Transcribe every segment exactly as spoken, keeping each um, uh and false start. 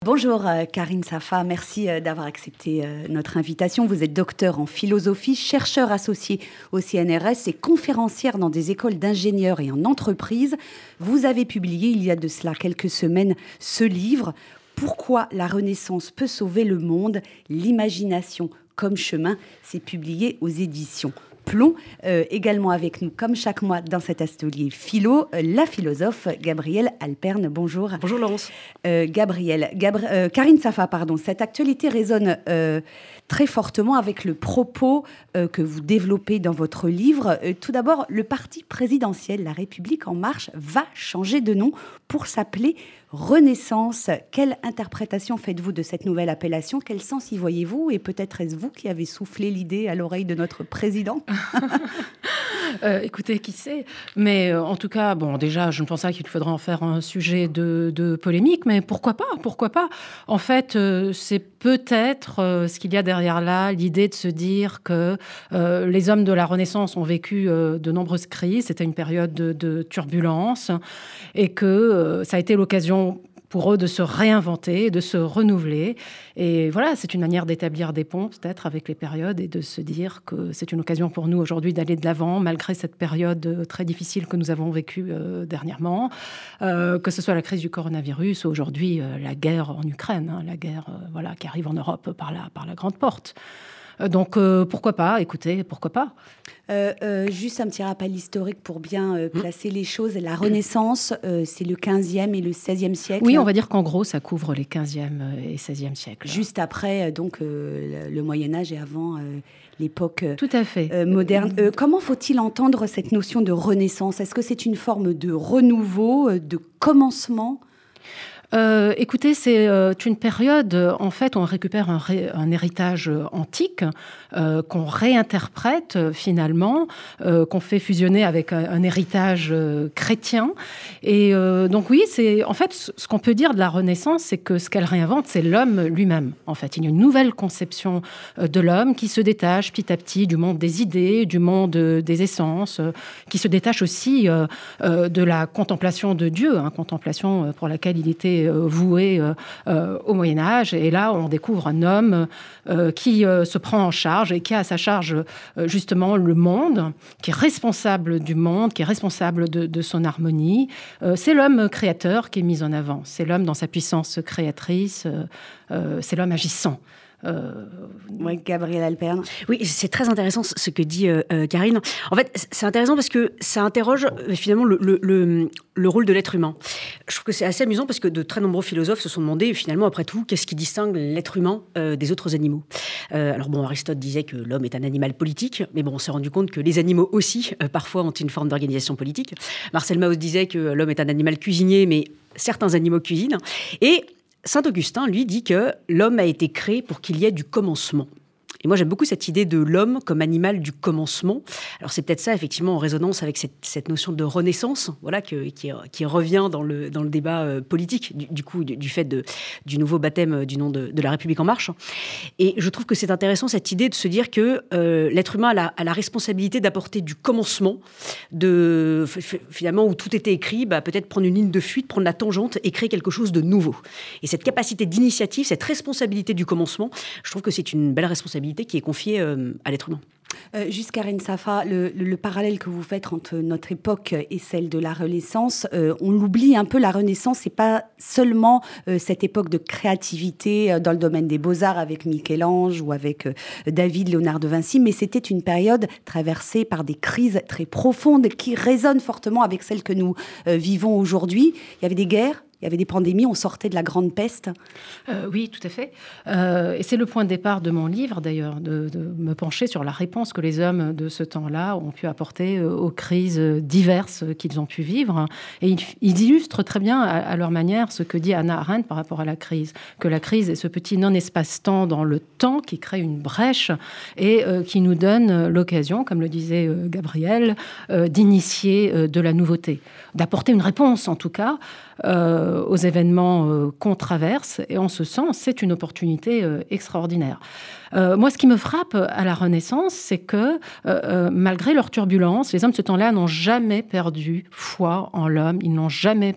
Bonjour euh, Karine Safa, merci euh, d'avoir accepté euh, notre invitation. Vous êtes docteur en philosophie, chercheur associé au C N R S et conférencière dans des écoles d'ingénieurs et en entreprise. Vous avez publié il y a de cela quelques semaines ce livre « Pourquoi la Renaissance peut sauver le monde, l'imagination comme chemin ». C'est publié aux éditions Plomb. Euh, également avec nous, comme chaque mois dans cet atelier philo, euh, la philosophe Gabrielle Alperne. Bonjour. Bonjour Laurence. Euh, Gabrielle, Gabri- euh, Karine Safa, pardon. Cette actualité résonne euh, très fortement avec le propos euh, que vous développez dans votre livre. Euh, tout d'abord, le parti présidentiel, La République En Marche, va changer de nom pour s'appeler Renaissance. Quelle interprétation faites-vous de cette nouvelle appellation? Quel sens y voyez-vous? Et peut-être est-ce vous qui avez soufflé l'idée à l'oreille de notre président? euh, Écoutez, qui sait? Mais euh, en tout cas, bon, déjà, je ne pense pas qu'il faudra en faire un sujet de, de polémique, mais pourquoi pas? Pourquoi pas? En fait, euh, c'est peut-être euh, ce qu'il y a derrière là, l'idée de se dire que euh, les hommes de la Renaissance ont vécu euh, de nombreuses crises. C'était une période de, de turbulence et que euh, ça a été l'occasion pour eux de se réinventer, de se renouveler. Et voilà, c'est une manière d'établir des ponts, peut-être, avec les périodes et de se dire que c'est une occasion pour nous aujourd'hui d'aller de l'avant, malgré cette période très difficile que nous avons vécue euh, dernièrement, euh, que ce soit la crise du coronavirus ou aujourd'hui euh, la guerre en Ukraine, hein, la guerre euh, voilà, qui arrive en Europe par la, par la grande porte. Donc, euh, pourquoi pas? Écoutez, pourquoi pas? Euh, euh, juste un petit rappel historique pour bien euh, placer mmh. les choses. La Renaissance, euh, c'est le quinzième et le seizième siècle. Oui, on va dire qu'en gros, ça couvre les quinzième et seizième siècles. Juste après, donc, euh, le Moyen-Âge et avant euh, l'époque Tout à fait. Euh, moderne. Euh, comment faut-il entendre cette notion de Renaissance? Est-ce que c'est une forme de renouveau, de commencement ? Euh, écoutez, c'est euh, une période, en fait, où on récupère un, ré, un héritage antique euh, qu'on réinterprète euh, finalement, euh, qu'on fait fusionner avec un, un héritage euh, chrétien. Et euh, donc oui, c'est en fait ce qu'on peut dire de la Renaissance, c'est que ce qu'elle réinvente, c'est l'homme lui-même. En fait, il y a une nouvelle conception euh, de l'homme qui se détache petit à petit du monde des idées, du monde euh, des essences, euh, qui se détache aussi euh, euh, de la contemplation de Dieu, hein, contemplation euh, pour laquelle il était voué euh, euh, au Moyen-Âge. Et là, on découvre un homme euh, qui euh, se prend en charge et qui a à sa charge euh, justement le monde, qui est responsable du monde, qui est responsable de, de son harmonie. Euh, c'est l'homme créateur qui est mis en avant. C'est l'homme dans sa puissance créatrice. Euh, euh, c'est l'homme agissant. Euh... Oui, Gabrielle Alperne. Oui, c'est très intéressant ce que dit euh, Karine. En fait, c'est intéressant parce que ça interroge euh, finalement le, le, le, le rôle de l'être humain. Je trouve que c'est assez amusant parce que de très nombreux philosophes se sont demandé finalement, après tout, qu'est-ce qui distingue l'être humain euh, des autres animaux. Euh, alors bon, Aristote disait que l'homme est un animal politique, mais bon, on s'est rendu compte que les animaux aussi, euh, parfois, ont une forme d'organisation politique. Marcel Mauss disait que l'homme est un animal cuisinier, mais certains animaux cuisinent. Et Saint Augustin, lui, dit que l'homme a été créé pour qu'il y ait du commencement. Et moi, j'aime beaucoup cette idée de l'homme comme animal du commencement. Alors, c'est peut-être ça, effectivement, en résonance avec cette, cette notion de renaissance, voilà, que, qui, qui revient dans le, dans le débat euh, politique, du, du coup, du, du fait de, du nouveau baptême du nom de, de La République En Marche. Et je trouve que c'est intéressant, cette idée de se dire que euh, l'être humain a la, a la responsabilité d'apporter du commencement, de, finalement, où tout était écrit, bah, peut-être prendre une ligne de fuite, prendre la tangente et créer quelque chose de nouveau. Et cette capacité d'initiative, cette responsabilité du commencement, je trouve que c'est une belle responsabilité qui est confiée euh, à l'être humain. Euh, juste Karine Safa, le, le, le parallèle que vous faites entre notre époque et celle de la Renaissance, euh, on l'oublie un peu, la Renaissance, c'est pas seulement euh, cette époque de créativité euh, dans le domaine des beaux-arts avec Michel-Ange ou avec euh, David, Léonard de Vinci, mais c'était une période traversée par des crises très profondes qui résonnent fortement avec celles que nous euh, vivons aujourd'hui. Il y avait des guerres, il y avait des pandémies, on sortait de la grande peste. Euh, oui, tout à fait. Euh, et c'est le point de départ de mon livre, d'ailleurs, de, de me pencher sur la réponse que les hommes de ce temps-là ont pu apporter aux crises diverses qu'ils ont pu vivre. Et ils, ils illustrent très bien, à, à leur manière, ce que dit Hannah Arendt par rapport à la crise. Que la crise est ce petit non-espace-temps dans le temps qui crée une brèche et euh, qui nous donne l'occasion, comme le disait euh, Gabrielle, euh, d'initier euh, de la nouveauté, d'apporter une réponse, en tout cas, Euh, aux événements euh, qu'on traverse. Et en ce sens, c'est une opportunité euh, extraordinaire. Euh, moi, ce qui me frappe à la Renaissance, c'est que euh, euh, malgré leurs turbulences, les hommes de ce temps-là n'ont jamais perdu foi en l'homme. Ils n'ont jamais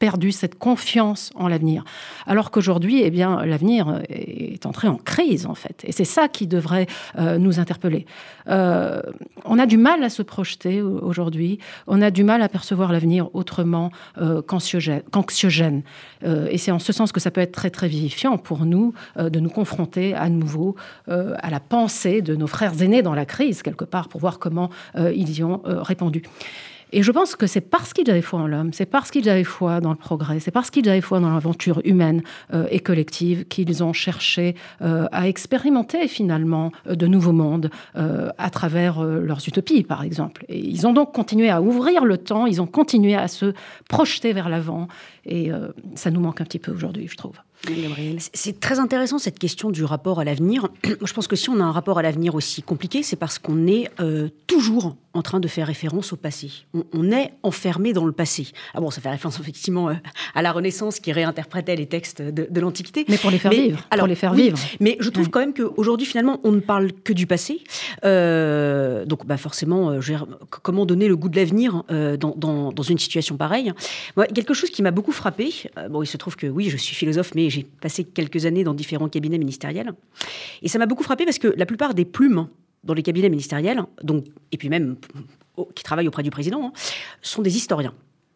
perdu cette confiance en l'avenir. Alors qu'aujourd'hui, eh bien, l'avenir est entré en crise, en fait. Et c'est ça qui devrait euh, nous interpeller. Euh, on a du mal à se projeter aujourd'hui. On a du mal à percevoir l'avenir autrement euh, qu'anxiogène. qu'anxiogène. Euh, et c'est en ce sens que ça peut être très, très vivifiant pour nous euh, de nous confronter à nouveau euh, à la pensée de nos frères aînés dans la crise, quelque part, pour voir comment euh, ils y ont euh, répondu. Et je pense que c'est parce qu'ils avaient foi en l'homme, c'est parce qu'ils avaient foi dans le progrès, c'est parce qu'ils avaient foi dans l'aventure humaine euh, et collective qu'ils ont cherché euh, à expérimenter finalement euh, de nouveaux mondes euh, à travers euh, leurs utopies, par exemple. Et ils ont donc continué à ouvrir le temps, ils ont continué à se projeter vers l'avant. Et euh, ça nous manque un petit peu aujourd'hui, je trouve. C'est très intéressant cette question du rapport à l'avenir. Je pense que si on a un rapport à l'avenir aussi compliqué, c'est parce qu'on est euh, toujours en train de faire référence au passé. On, on est enfermé dans le passé. Ah bon, ça fait référence effectivement euh, à la Renaissance qui réinterprétait les textes de, de l'Antiquité. Mais pour les faire mais, vivre. Alors, pour les faire oui, vivre. Mais je trouve ouais. quand même qu'aujourd'hui, finalement, on ne parle que du passé. Euh, donc, bah, forcément, euh, je veux dire, comment donner le goût de l'avenir euh, dans, dans, dans une situation pareille ? Moi, quelque chose qui m'a beaucoup frappée, euh, bon, il se trouve que oui, je suis philosophe, mais j'ai passé quelques années dans différents cabinets ministériels. Et ça m'a beaucoup frappé parce que la plupart des plumes dans les cabinets ministériels, donc, et puis même qui travaillent auprès du président, hein, sont des historiens.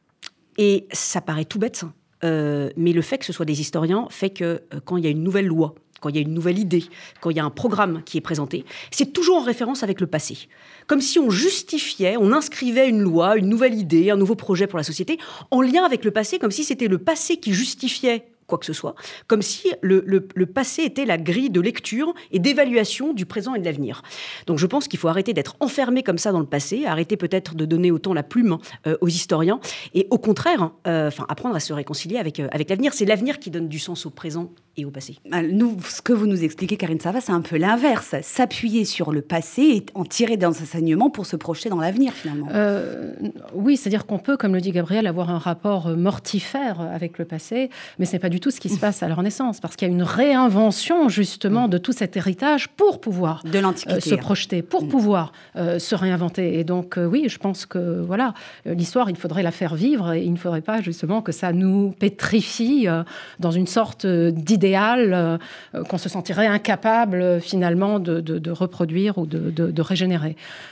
Et ça paraît tout bête, euh, mais le fait que ce soit des historiens fait que euh, quand il y a une nouvelle loi, quand il y a une nouvelle idée, quand il y a un programme qui est présenté, c'est toujours en référence avec le passé. Comme si on justifiait, on inscrivait une loi, une nouvelle idée, un nouveau projet pour la société, en lien avec le passé, comme si c'était le passé qui justifiait quoi que ce soit, comme si le, le, le passé était la grille de lecture et d'évaluation du présent et de l'avenir. Donc je pense qu'il faut arrêter d'être enfermé comme ça dans le passé, arrêter peut-être de donner autant la plume euh, aux historiens, et au contraire, euh, enfin, apprendre à se réconcilier avec, euh, avec l'avenir. C'est l'avenir qui donne du sens au présent et au passé. Nous, ce que vous nous expliquez, Karine Sava, c'est un peu l'inverse. S'appuyer sur le passé et en tirer des enseignements pour se projeter dans l'avenir, finalement. Euh, oui, c'est-à-dire qu'on peut, comme le dit Gabriel, avoir un rapport mortifère avec le passé, mais ce n'est pas du tout ce qui se passe à la Renaissance, parce qu'il y a une réinvention, justement, de tout cet héritage pour pouvoir de l'Antiquité, euh, se projeter, pour mmh. pouvoir euh, se réinventer. Et donc, euh, oui, je pense que, voilà, l'histoire, il faudrait la faire vivre, et il ne faudrait pas, justement, que ça nous pétrifie euh, dans une sorte d'idée idéal euh, qu'on se sentirait incapable euh, finalement de, de, de reproduire ou de, de, de régénérer.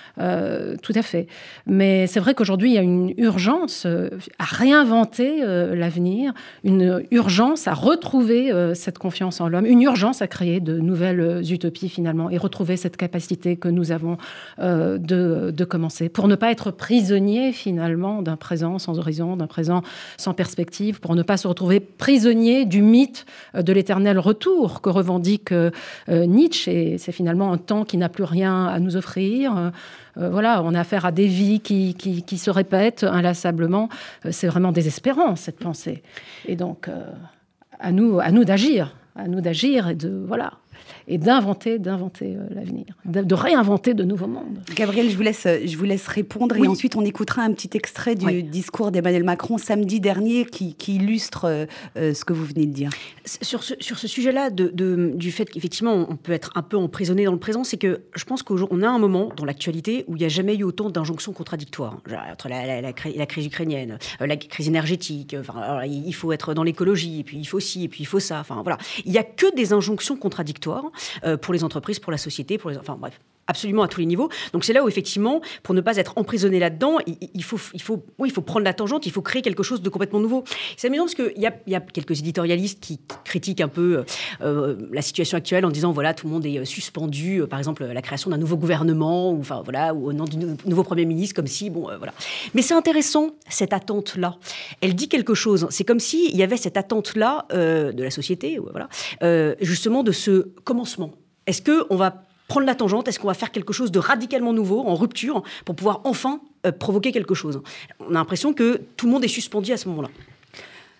Euh, tout à fait. Mais c'est vrai qu'aujourd'hui, il y a une urgence euh, à réinventer euh, l'avenir, une urgence à retrouver euh, cette confiance en l'homme, une urgence à créer de nouvelles utopies finalement et retrouver cette capacité que nous avons euh, de, de commencer pour ne pas être prisonnier finalement d'un présent sans horizon, d'un présent sans perspective, pour ne pas se retrouver prisonnier du mythe de l'éternel retour que revendique euh, Nietzsche. Et c'est finalement un temps qui n'a plus rien à nous offrir. Euh, Euh, voilà, on a affaire à des vies qui, qui, qui se répètent inlassablement. Euh, c'est vraiment désespérant, cette pensée. Et donc, euh, à nous, à nous d'agir, à nous d'agir et de, voilà, et d'inventer, d'inventer euh, l'avenir, de, de réinventer de nouveaux mondes. Gabriel, je vous laisse, je vous laisse répondre, oui. Et ensuite on écoutera un petit extrait du oui. discours d'Emmanuel Macron samedi dernier qui, qui illustre euh, ce que vous venez de dire. Sur ce, sur ce sujet-là, de, de, du fait qu'effectivement on peut être un peu emprisonné dans le présent, c'est que je pense qu'on a un moment dans l'actualité où il n'y a jamais eu autant d'injonctions contradictoires, genre, entre la, la, la, la crise ukrainienne, la crise énergétique, enfin, alors, il faut être dans l'écologie, et puis il faut ci, et puis il faut ça, enfin voilà. Il n'y a que des injonctions contradictoires euh, pour les entreprises, pour la société, pour les, enfin bref, absolument à tous les niveaux. Donc c'est là où effectivement, pour ne pas être emprisonné là-dedans, il, il, faut, il, faut, oui, il faut prendre la tangente, il faut créer quelque chose de complètement nouveau. C'est amusant parce qu'il y a, y a quelques éditorialistes qui critiquent un peu euh, la situation actuelle en disant voilà, tout le monde est suspendu, euh, par exemple la création d'un nouveau gouvernement, ou, enfin, voilà, ou au nom du nou- nouveau Premier ministre, comme si, bon, euh, voilà. Mais c'est intéressant, cette attente-là. Elle dit quelque chose. C'est comme s'il y avait cette attente-là euh, de la société, voilà, euh, justement de ce commencement. Est-ce qu'on va prendre la tangente, est-ce qu'on va faire quelque chose de radicalement nouveau, en rupture, pour pouvoir enfin euh, provoquer quelque chose ? On a l'impression que tout le monde est suspendu à ce moment-là.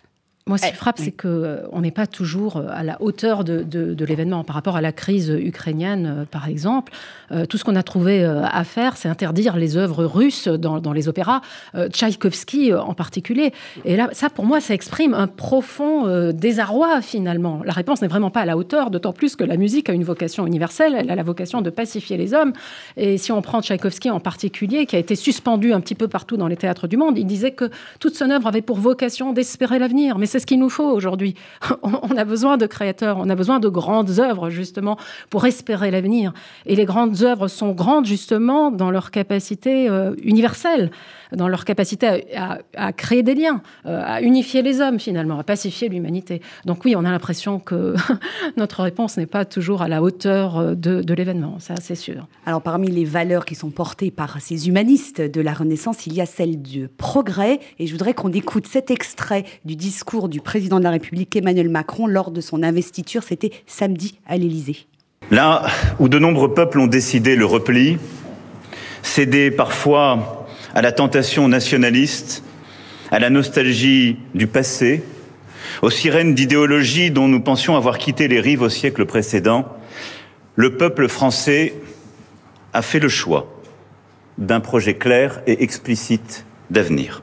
Moi, ce qui frappe, oui. c'est qu'on euh, n'est pas toujours à la hauteur de, de, de l'événement. Par rapport à la crise ukrainienne, euh, par exemple, euh, tout ce qu'on a trouvé euh, à faire, c'est interdire les œuvres russes dans, dans les opéras, euh, Tchaïkovski euh, en particulier. Et là, ça, pour moi, ça exprime un profond euh, désarroi, finalement. La réponse n'est vraiment pas à la hauteur, d'autant plus que la musique a une vocation universelle. Elle a la vocation de pacifier les hommes. Et si on prend Tchaïkovski en particulier, qui a été suspendu un petit peu partout dans les théâtres du monde, il disait que toute son œuvre avait pour vocation d'espérer l'avenir. Mais c'est ce qu'il nous faut aujourd'hui. On a besoin de créateurs, on a besoin de grandes œuvres, justement, pour espérer l'avenir. Et les grandes œuvres sont grandes, justement, dans leur capacité euh, universelle, dans leur capacité à, à, à créer des liens, euh, à unifier les hommes, finalement, à pacifier l'humanité. Donc oui, on a l'impression que notre réponse n'est pas toujours à la hauteur de, de l'événement, ça, c'est sûr. Alors, parmi les valeurs qui sont portées par ces humanistes de la Renaissance, il y a celle du progrès. Et je voudrais qu'on écoute cet extrait du discours du président de la République, Emmanuel Macron, lors de son investiture. C'était samedi à l'Élysée. Là où de nombreux peuples ont décidé le repli, cédé parfois à la tentation nationaliste, à la nostalgie du passé, aux sirènes d'idéologie dont nous pensions avoir quitté les rives au siècle précédent, le peuple français a fait le choix d'un projet clair et explicite d'avenir.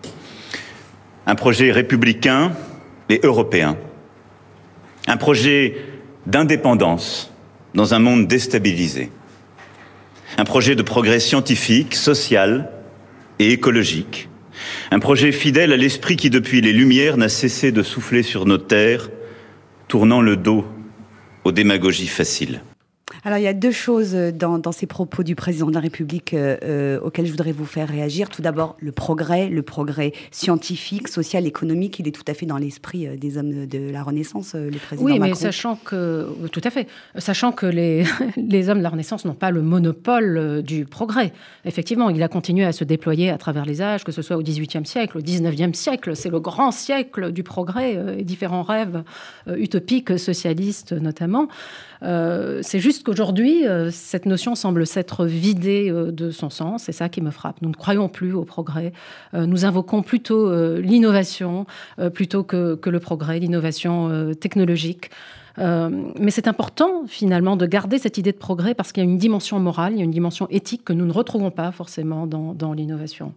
Un projet républicain et européen. Un projet d'indépendance dans un monde déstabilisé. Un projet de progrès scientifique, social et écologique. Un projet fidèle à l'esprit qui, depuis les Lumières, n'a cessé de souffler sur nos terres, tournant le dos aux démagogies faciles. Alors, il y a deux choses dans, dans ces propos du président de la République euh, auxquelles je voudrais vous faire réagir. Tout d'abord, le progrès, le progrès scientifique, social, économique, il est tout à fait dans l'esprit des hommes de la Renaissance, le président oui, Macron. Oui, mais sachant que, tout à fait, sachant que les, les hommes de la Renaissance n'ont pas le monopole du progrès. Effectivement, il a continué à se déployer à travers les âges, que ce soit au dix-huitième siècle, au dix-neuvième siècle. C'est le grand siècle du progrès et différents rêves utopiques, socialistes notamment. Euh, c'est juste qu'aujourd'hui, euh, cette notion semble s'être vidée euh, de son sens. C'est ça qui me frappe. Nous ne croyons plus au progrès. Euh, nous invoquons plutôt euh, l'innovation euh, plutôt que, que le progrès, l'innovation euh, technologique. Euh, mais c'est important, finalement, de garder cette idée de progrès parce qu'il y a une dimension morale, il y a une dimension éthique que nous ne retrouvons pas forcément dans, dans l'innovation.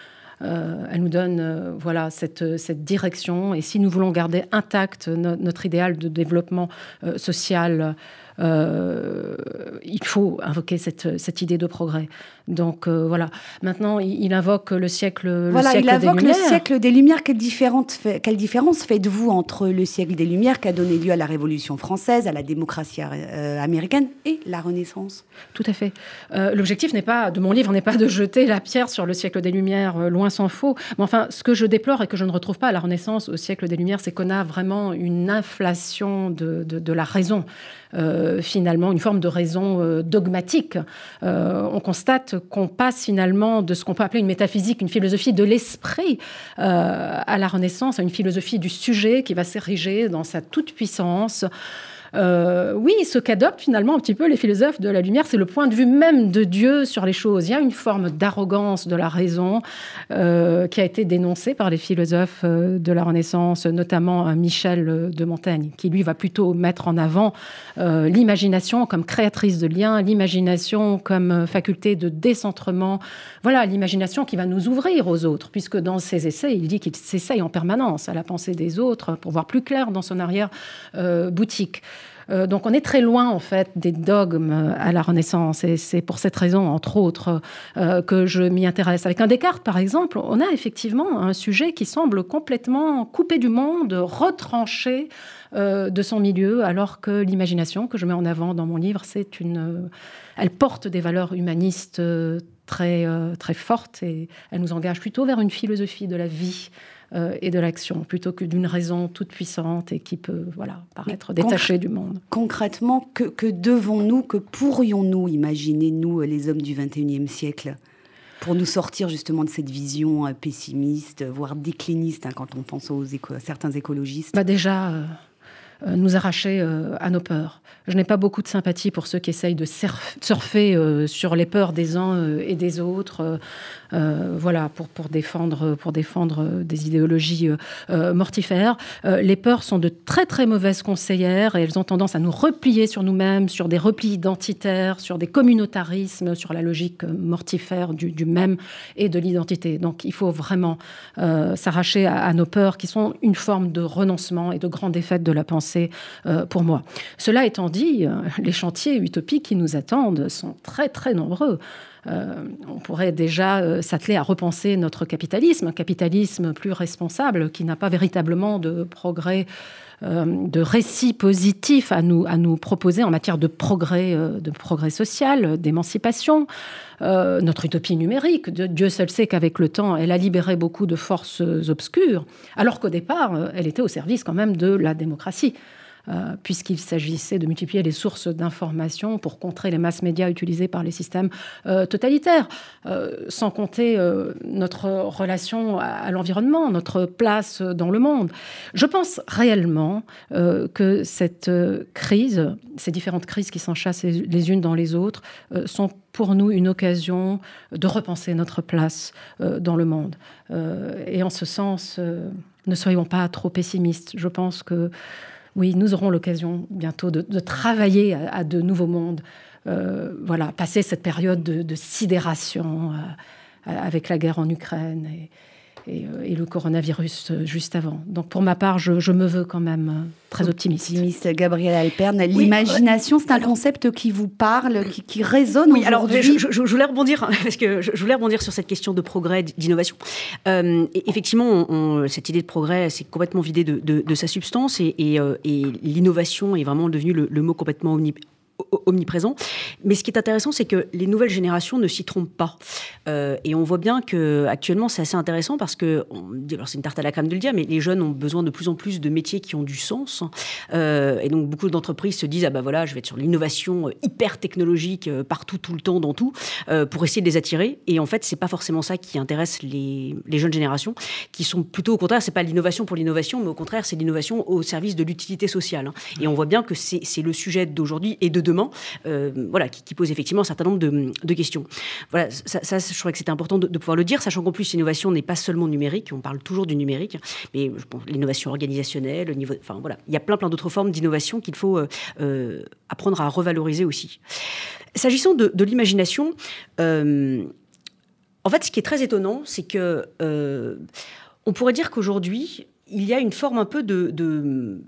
Euh, elle nous donne euh, voilà, cette, cette direction. Et si nous voulons garder intact no- notre idéal de développement euh, social, euh, il faut invoquer cette, cette idée de progrès. Donc euh, voilà. Maintenant, il, il invoque le siècle, voilà, le siècle il invoque des Lumières. le siècle des Lumières. Quelle différence, fait, quelle différence faites-vous entre le siècle des Lumières qui a donné lieu à la Révolution française, à la démocratie euh, américaine et la Renaissance ? Tout à fait. Euh, l'objectif n'est pas, de mon livre n'est pas de jeter la pierre sur le siècle des Lumières, euh, loin s'en faut. Mais enfin, ce que je déplore et que je ne retrouve pas à la Renaissance, au siècle des Lumières, c'est qu'on a vraiment une inflation de, de, de la raison. Euh, finalement, une forme de raison euh, dogmatique. Euh, on constate qu'on passe finalement de ce qu'on peut appeler une métaphysique, une philosophie de l'esprit, euh, à la Renaissance, à une philosophie du sujet qui va s'ériger dans sa toute-puissance. Euh, oui, ce qu'adoptent finalement un petit peu les philosophes de la Lumière, c'est le point de vue même de Dieu sur les choses. Il y a une forme d'arrogance de la raison euh, qui a été dénoncée par les philosophes euh, de la Renaissance, notamment euh, Michel de Montaigne, qui lui va plutôt mettre en avant euh, l'imagination comme créatrice de liens, l'imagination comme faculté de décentrement. Voilà, l'imagination qui va nous ouvrir aux autres, puisque dans ses essais, il dit qu'il s'essaye en permanence à la pensée des autres pour voir plus clair dans son arrière-boutique. Euh, Euh, donc on est très loin en fait des dogmes à la Renaissance et c'est pour cette raison entre autres euh, que je m'y intéresse. Avec un Descartes par exemple, on a effectivement un sujet qui semble complètement coupé du monde, retranché euh, de son milieu, alors que l'imagination que je mets en avant dans mon livre, c'est une, euh, elle porte des valeurs humanistes euh, très, euh, très fortes et elle nous engage plutôt vers une philosophie de la vie Euh, et de l'action, plutôt que d'une raison toute puissante et qui peut voilà, paraître Mais détachée concr- du monde. Concrètement, que, que devons-nous, que pourrions-nous imaginer, nous, les hommes du vingt et unième siècle, pour nous sortir justement de cette vision pessimiste, voire décliniste, hein, quand on pense aux éco- à certains écologistes ? Bah déjà, euh, euh, nous arracher euh, à nos peurs. Je n'ai pas beaucoup de sympathie pour ceux qui essayent de surf- surfer euh, sur les peurs des uns euh, et des autres. Euh, Euh, voilà, pour, pour, défendre, pour défendre des idéologies euh, mortifères. Euh, les peurs sont de très, très mauvaises conseillères et elles ont tendance à nous replier sur nous-mêmes, sur des replis identitaires, sur des communautarismes, sur la logique mortifère du, du même et de l'identité. Donc, il faut vraiment euh, s'arracher à, à nos peurs qui sont une forme de renoncement et de grande défaite de la pensée euh, pour moi. Cela étant dit, euh, les chantiers utopiques qui nous attendent sont très, très nombreux. Euh, on pourrait déjà euh, s'atteler à repenser notre capitalisme, un capitalisme plus responsable qui n'a pas véritablement de progrès, euh, de récit positif à nous, à nous proposer en matière de progrès, euh, de progrès social, d'émancipation. Euh, notre utopie numérique, Dieu seul sait qu'avec le temps, elle a libéré beaucoup de forces obscures, alors qu'au départ, elle était au service quand même de la démocratie. Euh, puisqu'il s'agissait de multiplier les sources d'information pour contrer les masses médias utilisés par les systèmes euh, totalitaires, euh, sans compter euh, notre relation à, à l'environnement, notre place dans le monde. Je pense réellement euh, que cette euh, crise, ces différentes crises qui s'enchassent les, les unes dans les autres, euh, sont pour nous une occasion de repenser notre place euh, dans le monde. Euh, et en ce sens, euh, ne soyons pas trop pessimistes. Je pense que oui, nous aurons l'occasion bientôt de, de travailler à, à de nouveaux mondes. Euh, voilà, passer cette période de, de sidération euh, avec la guerre en Ukraine et, et, et le coronavirus juste avant. Donc, pour ma part, je, je me veux quand même très optimiste. Optimiste, Gabrielle Alperne. L'imagination, oui, c'est un alors, concept qui vous parle, qui, qui résonne oui, aujourd'hui. Alors, je, je, je voulais rebondir, parce que je, je voulais rebondir sur cette question de progrès, d'innovation. Euh, et effectivement, on, on, cette idée de progrès, c'est complètement vidé de, de, de sa substance, et, et, euh, et l'innovation est vraiment devenu le, le mot complètement omniprésent. omniprésent. Mais ce qui est intéressant, c'est que les nouvelles générations ne s'y trompent pas. Euh, et on voit bien qu'actuellement, c'est assez intéressant parce que, on, alors c'est une tarte à la crème de le dire, mais les jeunes ont besoin de plus en plus de métiers qui ont du sens. Euh, et donc, beaucoup d'entreprises se disent, ah ben voilà, je vais être sur l'innovation hyper technologique partout, tout le temps, dans tout, euh, pour essayer de les attirer. Et en fait, c'est pas forcément ça qui intéresse les, les jeunes générations, qui sont plutôt au contraire, c'est pas l'innovation pour l'innovation, mais au contraire, c'est l'innovation au service de l'utilité sociale. Et on voit bien que c'est, c'est le sujet d'aujourd'hui et de demain, euh, voilà, qui, qui pose effectivement un certain nombre de, de questions. Voilà, ça, ça, je trouvais que c'était important de, de pouvoir le dire, sachant qu'en plus, l'innovation n'est pas seulement numérique, on parle toujours du numérique, mais je pense, l'innovation organisationnelle, le niveau, enfin voilà, il y a plein, plein d'autres formes d'innovation qu'il faut euh, euh, apprendre à revaloriser aussi. S'agissant de, de l'imagination, euh, en fait, ce qui est très étonnant, c'est que euh, on pourrait dire qu'aujourd'hui, il y a une forme un peu de, de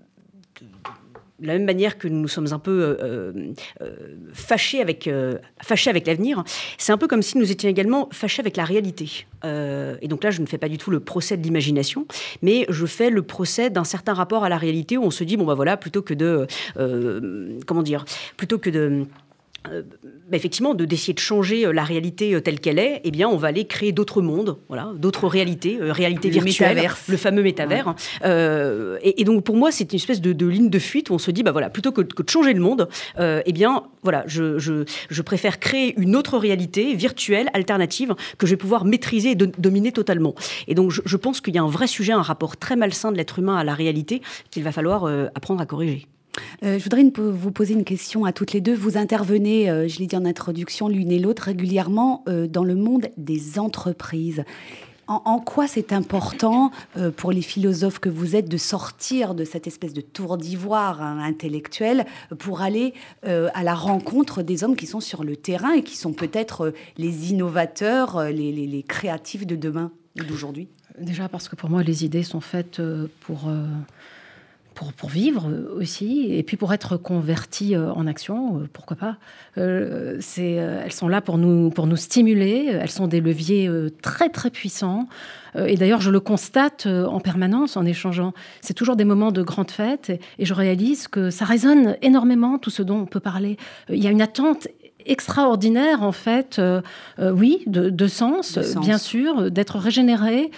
de la même manière que nous sommes un peu euh, euh, fâchés avec, euh, fâchés avec l'avenir, c'est un peu comme si nous étions également fâchés avec la réalité. Euh, et donc là, je ne fais pas du tout le procès de l'imagination, mais je fais le procès d'un certain rapport à la réalité où on se dit, bon ben voilà, plutôt que de... Euh, comment dire Plutôt que de... Euh, effectivement, de, d'essayer de changer la réalité telle qu'elle est, eh bien, on va aller créer d'autres mondes, voilà, d'autres réalités, euh, réalité virtuelle, métaverse. Le fameux métavers. Ouais. Euh, et, et donc, pour moi, c'est une espèce de, de ligne de fuite où on se dit, bah voilà, plutôt que, que de changer le monde, euh, eh bien, voilà, je, je, je préfère créer une autre réalité virtuelle, alternative, que je vais pouvoir maîtriser et de, dominer totalement. Et donc, je, je pense qu'il y a un vrai sujet, un rapport très malsain de l'être humain à la réalité qu'il va falloir euh, apprendre à corriger. Euh, je voudrais une, vous poser une question à toutes les deux. Vous intervenez, euh, je l'ai dit en introduction, l'une et l'autre régulièrement euh, dans le monde des entreprises. En, en quoi c'est important euh, pour les philosophes que vous êtes de sortir de cette espèce de tour d'ivoire hein, intellectuelle pour aller euh, à la rencontre des hommes qui sont sur le terrain et qui sont peut-être euh, les innovateurs, euh, les, les, les créatifs de demain ou d'aujourd'hui ? Déjà parce que pour moi, les idées sont faites pour... Euh Pour, pour vivre aussi, et puis pour être converties en action, pourquoi pas. Euh, c'est, elles sont là pour nous, pour nous stimuler, elles sont des leviers très très puissants, et d'ailleurs je le constate en permanence en échangeant. C'est toujours des moments de grande fête, et je réalise que ça résonne énormément, tout ce dont on peut parler. Il y a une attente extraordinaire, en fait, euh, euh, oui, de, de sens, de sens, bien sûr, d'être régénéré.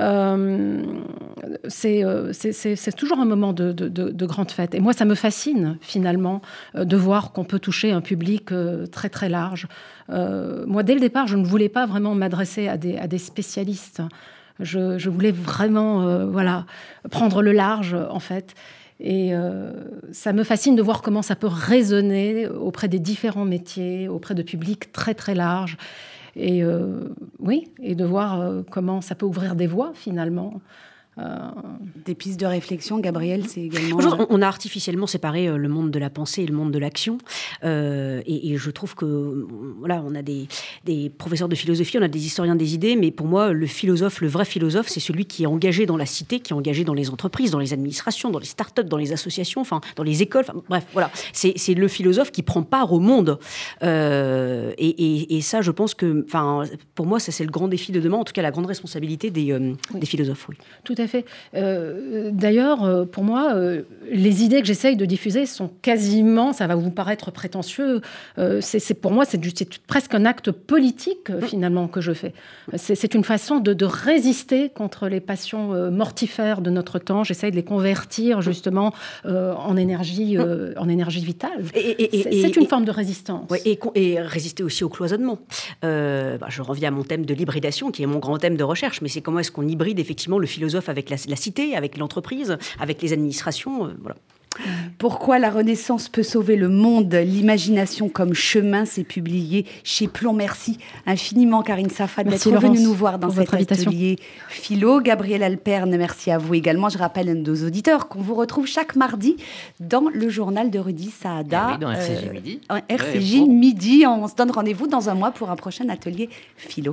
Euh, c'est, c'est, c'est, c'est toujours un moment de, de, de, de grande fête. Et moi, ça me fascine, finalement, de voir qu'on peut toucher un public très, très large. Euh, moi, dès le départ, je ne voulais pas vraiment m'adresser à des, à des spécialistes. Je, je voulais vraiment euh, voilà, prendre le large, en fait. Et euh, ça me fascine de voir comment ça peut résonner auprès des différents métiers, auprès de publics très, très larges. et euh, oui, et de voir euh, comment ça peut ouvrir des voies finalement. Euh... Des pistes de réflexion, Gabrielle, c'est également... On, on a artificiellement séparé le monde de la pensée et le monde de l'action. Euh, et, et je trouve que, voilà, on a des, des professeurs de philosophie, on a des historiens des idées, mais pour moi, le philosophe, le vrai philosophe, c'est celui qui est engagé dans la cité, qui est engagé dans les entreprises, dans les administrations, dans les startups, dans les associations, enfin, dans les écoles. Enfin, bref, voilà. C'est, c'est le philosophe qui prend part au monde. Euh, et, et, et ça, je pense que, enfin, pour moi, ça, c'est le grand défi de demain, en tout cas, la grande responsabilité des, euh, oui. des philosophes. Oui. Tout à fait. Euh, d'ailleurs, pour moi, euh, les idées que j'essaye de diffuser sont quasiment, ça va vous paraître prétentieux, euh, c'est, c'est pour moi, c'est, du, c'est presque un acte politique, euh, finalement, que je fais. C'est, c'est une façon de, de résister contre les passions euh, mortifères de notre temps. J'essaye de les convertir, justement, euh, en, énergie, euh, en énergie vitale. Et, et, et, c'est, c'est une et, forme de résistance. Ouais, et, et résister aussi au cloisonnement. Euh, bah, je reviens à mon thème de l'hybridation, qui est mon grand thème de recherche, mais c'est comment est-ce qu'on hybride, effectivement, le philosophe avec la, la cité, avec l'entreprise, avec les administrations, euh, voilà. Pourquoi la Renaissance peut sauver le monde, l'imagination comme chemin, c'est publié chez Plomb. Merci infiniment, Karine Safa, d'être venue nous voir dans cet atelier philo. Gabrielle Alperne, merci à vous également. Je rappelle à nos auditeurs qu'on vous retrouve chaque mardi dans le journal de Rudy Saada. Oui, dans R C J euh, Midi. R C J ouais, Midi. On se donne rendez-vous dans un mois pour un prochain atelier philo.